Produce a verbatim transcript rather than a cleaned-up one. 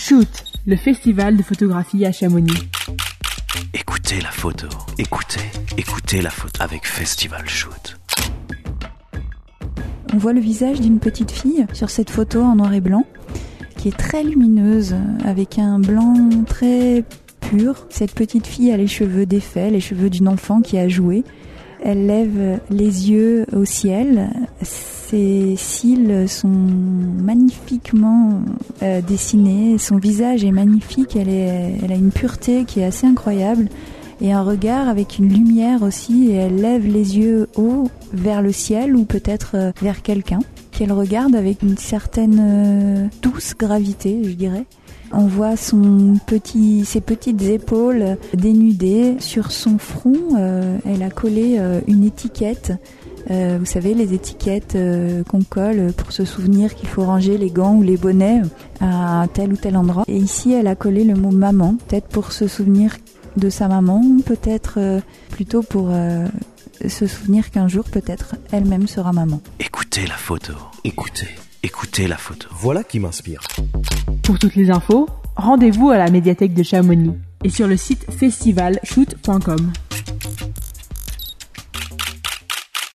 Shoot, le festival de photographie à Chamonix. Écoutez la photo, écoutez, écoutez la photo avec Festival Shoot. On voit le visage d'une petite fille sur cette photo en noir et blanc, qui est très lumineuse, avec un blanc très pur. Cette petite fille a les cheveux défaits, les cheveux d'une enfant qui a joué. Elle lève les yeux au ciel. Ses cils sont magnifiquement euh, dessinés. Son visage est magnifique. Elle, est, elle a une pureté qui est assez incroyable. Et un regard avec une lumière aussi. Et elle lève les yeux haut vers le ciel ou peut-être euh, vers quelqu'un qu'elle regarde avec une certaine euh, douce gravité, je dirais. On voit son petit, ses petites épaules dénudées. Sur son front, euh, elle a collé euh, une étiquette. Euh, vous savez, les étiquettes euh, qu'on colle pour se souvenir qu'il faut ranger les gants ou les bonnets à tel ou tel endroit. Et ici, elle a collé le mot maman, peut-être pour se souvenir de sa maman, peut-être euh, plutôt pour euh, se souvenir qu'un jour, peut-être, elle-même sera maman. Écoutez la photo, écoutez, écoutez la photo. Voilà qui m'inspire. Pour toutes les infos, rendez-vous à la médiathèque de Chamonix et sur le site festival shoot point com.